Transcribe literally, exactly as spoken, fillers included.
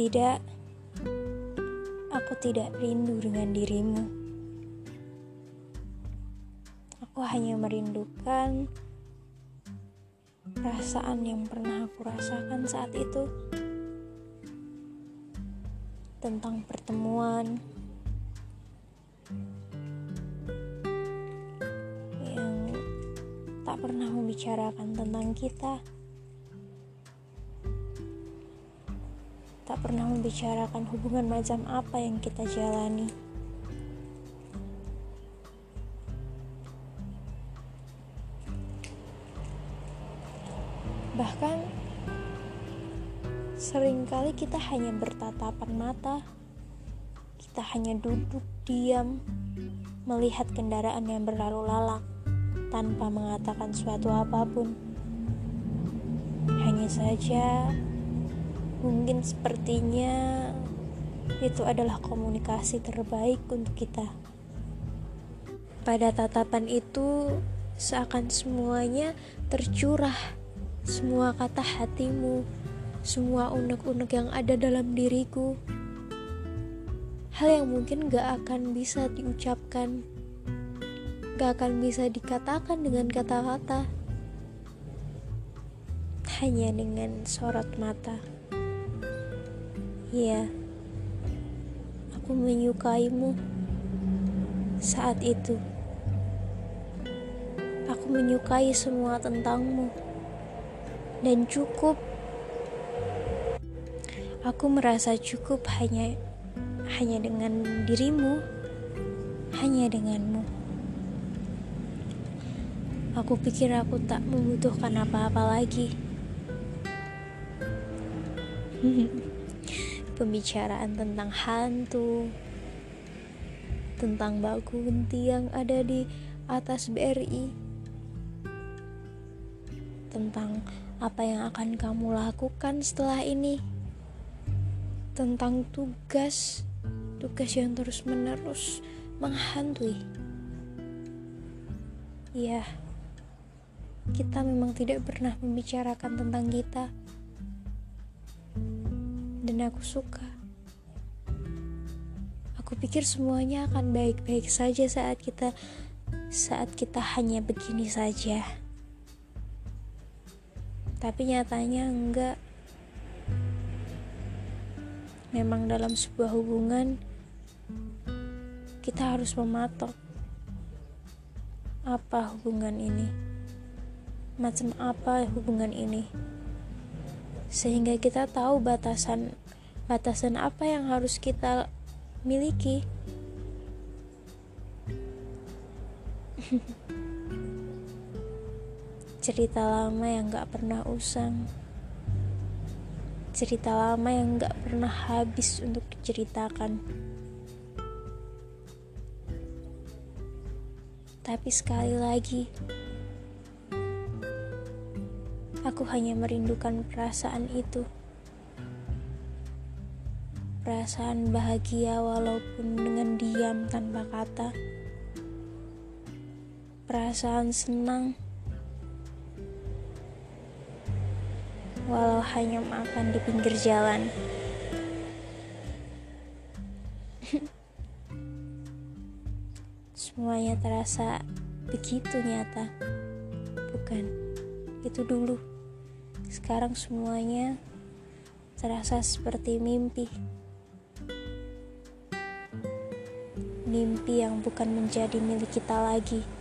Tidak, aku tidak rindu dengan dirimu. Aku hanya merindukan perasaan yang pernah aku rasakan saat itu. Tentang pertemuan yang tak pernah membicarakan tentang kita. Tak pernah membicarakan hubungan macam apa yang kita jalani. Bahkan seringkali kita hanya bertatapan mata. Kita hanya duduk diam melihat kendaraan yang berlalu lalang tanpa mengatakan suatu apapun. Hanya saja mungkin sepertinya itu adalah komunikasi terbaik untuk kita. Pada tatapan itu seakan semuanya tercurah, semua kata hatimu, semua unek-unek yang ada dalam diriku. Hal yang mungkin gak akan bisa diucapkan, gak akan bisa dikatakan dengan kata-kata, hanya dengan sorot mata. Iya, aku menyukaimu saat itu. Aku menyukai semua tentangmu. Dan cukup. Aku merasa cukup hanya hanya dengan dirimu, hanya denganmu. Aku pikir aku tak membutuhkan apa-apa lagi. Pembicaraan tentang hantu, tentang bak kunti yang ada di atas B R I, tentang apa yang akan kamu lakukan setelah ini, tentang tugas, tugas yang terus-menerus menghantui. Iya, kita memang tidak pernah membicarakan tentang kita. Dan aku suka. Aku pikir semuanya akan baik-baik saja saat kita saat kita hanya begini saja. Tapi nyatanya enggak. Memang dalam sebuah hubungan kita harus mematok. Apa hubungan ini? Macam apa hubungan ini? Sehingga kita tahu batasan batasan apa yang harus kita miliki. Cerita lama yang gak pernah usang, cerita lama yang gak pernah habis untuk diceritakan. Tapi sekali lagi, aku hanya merindukan perasaan itu. Perasaan bahagia walaupun dengan diam tanpa kata. Perasaan senang walau hanya makan di pinggir jalan. Semuanya terasa begitu nyata. Bukan, itu dulu. Sekarang semuanya terasa seperti mimpi. Mimpi yang bukan menjadi milik kita lagi.